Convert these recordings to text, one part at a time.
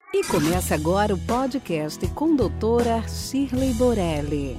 E começa agora o podcast com doutora Shirley Borelli.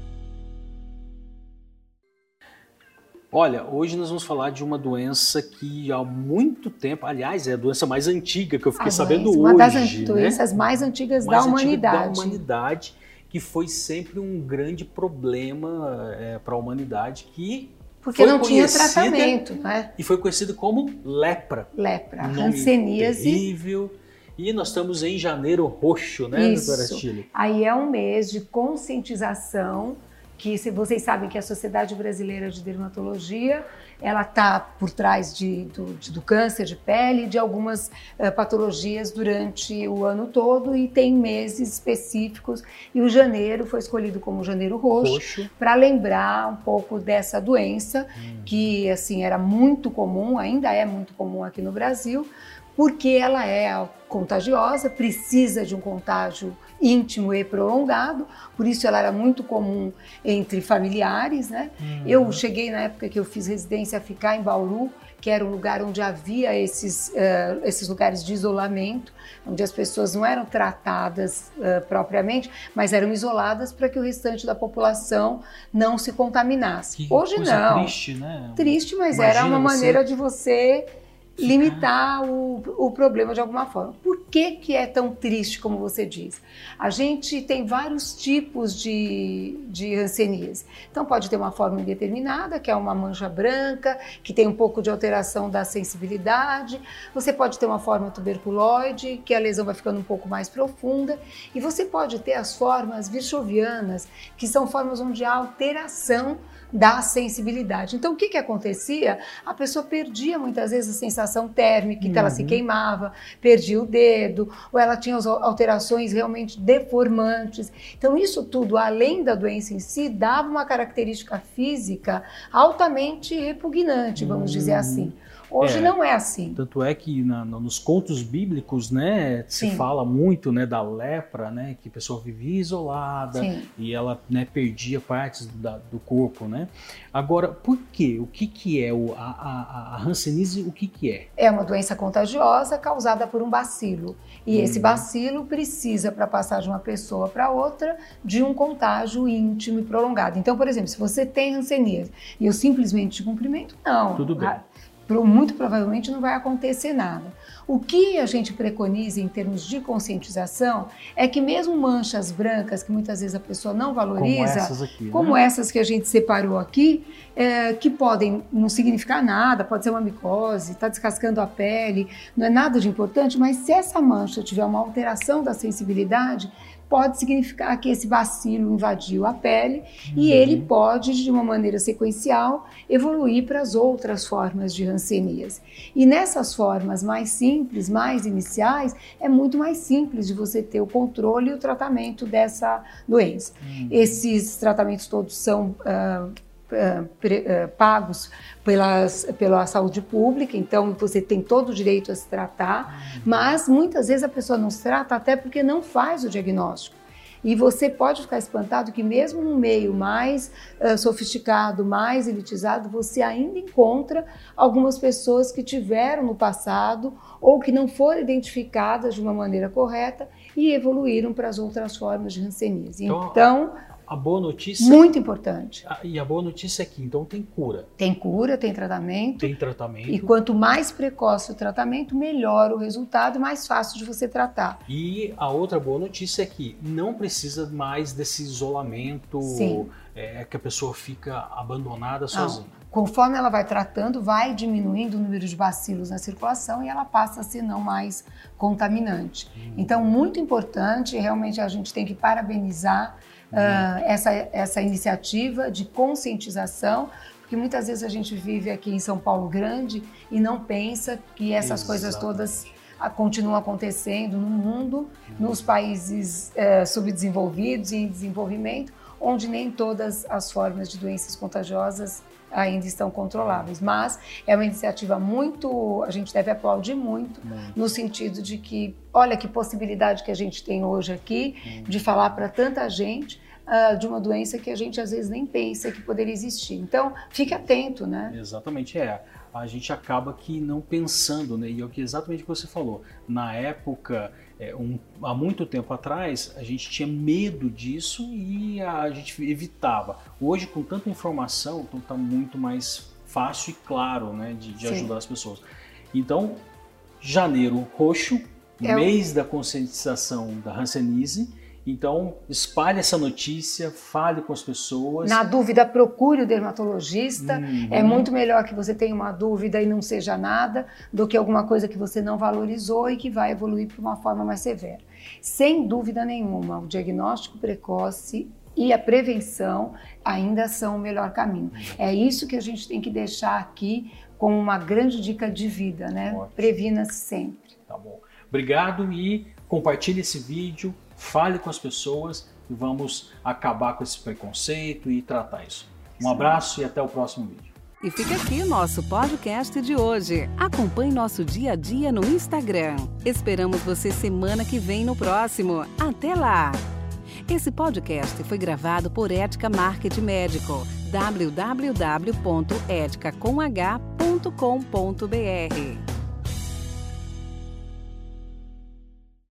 Olha, hoje nós vamos falar de uma doença que há muito tempo, aliás, é a doença mais antiga que eu fiquei sabendo hoje. Uma das doenças mais antigas da humanidade, que foi sempre um grande problema para a humanidade, porque não tinha tratamento, né? E foi conhecido como lepra. Lepra, hanseníase. Terrível. E nós estamos em Janeiro Roxo, né, doutora Shirley? Aí é um mês de conscientização, que se vocês sabem que a Sociedade Brasileira de Dermatologia, ela está por trás do câncer de pele e de algumas patologias durante o ano todo, e tem meses específicos, e o janeiro foi escolhido como Janeiro Roxo. Para lembrar um pouco dessa doença, que assim era muito comum, ainda é muito comum aqui no Brasil, porque ela é contagiosa, precisa de um contágio íntimo e prolongado, por isso ela era muito comum entre familiares, né? Eu cheguei, na época que eu fiz residência, a ficar em Bauru, que era um lugar onde havia esses lugares de isolamento, onde as pessoas não eram tratadas propriamente, mas eram isoladas para que o restante da população não se contaminasse. Hoje não. Triste, né? Triste, mas era uma maneira de você limitar o problema de alguma forma. Por que é tão triste, como você diz? A gente tem vários tipos de hanseníase. Então pode ter uma forma indeterminada, que é uma mancha branca, que tem um pouco de alteração da sensibilidade. Você pode ter uma forma tuberculoide, que a lesão vai ficando um pouco mais profunda. E você pode ter as formas virchovianas, que são formas onde há alteração da sensibilidade. Então, o que acontecia? A pessoa perdia muitas vezes a sensação térmica, então ela se queimava, perdia o dedo, ou ela tinha alterações realmente deformantes. Então, isso tudo, além da doença em si, dava uma característica física altamente repugnante, vamos dizer assim. Hoje não é assim. Tanto é que nos contos bíblicos, né, se fala muito, né, da lepra, né, que a pessoa vivia isolada e ela, né, perdia partes do corpo, né? Agora, por quê? O que é a hanseníase? O que é? É uma doença contagiosa causada por um bacilo. E esse bacilo precisa, para passar de uma pessoa para outra, de um contágio íntimo e prolongado. Então, por exemplo, se você tem hanseníase e eu simplesmente te cumprimento, não. Tudo bem. Muito provavelmente não vai acontecer nada. O que a gente preconiza em termos de conscientização é que mesmo manchas brancas, que muitas vezes a pessoa não valoriza, como essas que a gente separou aqui, que podem não significar nada, pode ser uma micose, está descascando a pele, não é nada de importante, mas se essa mancha tiver uma alteração da sensibilidade, pode significar que esse bacilo invadiu a pele e ele pode, de uma maneira sequencial, evoluir para as outras formas de hanseníase. E nessas formas mais simples, mais iniciais, é muito mais simples de você ter o controle e o tratamento dessa doença. Esses tratamentos todos são pagos pela saúde pública, então você tem todo o direito a se tratar, mas muitas vezes a pessoa não se trata até porque não faz o diagnóstico. E você pode ficar espantado que mesmo no meio mais sofisticado, mais elitizado, você ainda encontra algumas pessoas que tiveram no passado ou que não foram identificadas de uma maneira correta e evoluíram para as outras formas de hanseníase. Então, a boa notícia... Muito importante. E a boa notícia é que, então, tem cura. Tem cura, tem tratamento. Tem tratamento. E quanto mais precoce o tratamento, melhor o resultado e mais fácil de você tratar. E a outra boa notícia é que não precisa mais desse isolamento, que a pessoa fica abandonada sozinha. Conforme ela vai tratando, vai diminuindo o número de bacilos na circulação e ela passa a ser não mais contaminante. Então, muito importante, realmente a gente tem que parabenizar essa iniciativa de conscientização, porque muitas vezes a gente vive aqui em São Paulo grande e não pensa que essas coisas todas continuam acontecendo no mundo, nos países subdesenvolvidos e em desenvolvimento, onde nem todas as formas de doenças contagiosas ainda estão controláveis, mas é uma iniciativa a gente deve aplaudir muito, no sentido de que, olha que possibilidade que a gente tem hoje aqui de falar para tanta gente de uma doença que a gente às vezes nem pensa que poderia existir. Então, fique atento, né? Exatamente, a gente acaba que não pensando, né? E é exatamente o que você falou. Na época, há muito tempo atrás, a gente tinha medo disso e a gente evitava. Hoje, com tanta informação, então está muito mais fácil e claro, né, de ajudar as pessoas. Então, Janeiro Roxo, mês da conscientização da hanseníase. Então, espalhe essa notícia, fale com as pessoas. Na dúvida, procure o dermatologista. É muito melhor que você tenha uma dúvida e não seja nada, do que alguma coisa que você não valorizou e que vai evoluir para uma forma mais severa. Sem dúvida nenhuma, o diagnóstico precoce e a prevenção ainda são o melhor caminho. É isso que a gente tem que deixar aqui como uma grande dica de vida, né? Ótimo. Previna-se sempre. Tá bom. Obrigado e compartilhe esse vídeo. Fale com as pessoas e vamos acabar com esse preconceito e tratar isso. Um abraço e até o próximo vídeo. E fica aqui o nosso podcast de hoje. Acompanhe nosso dia a dia no Instagram. Esperamos você semana que vem no próximo. Até lá! Esse podcast foi gravado por Ética Marketing Médico. www.eticacomh.com.br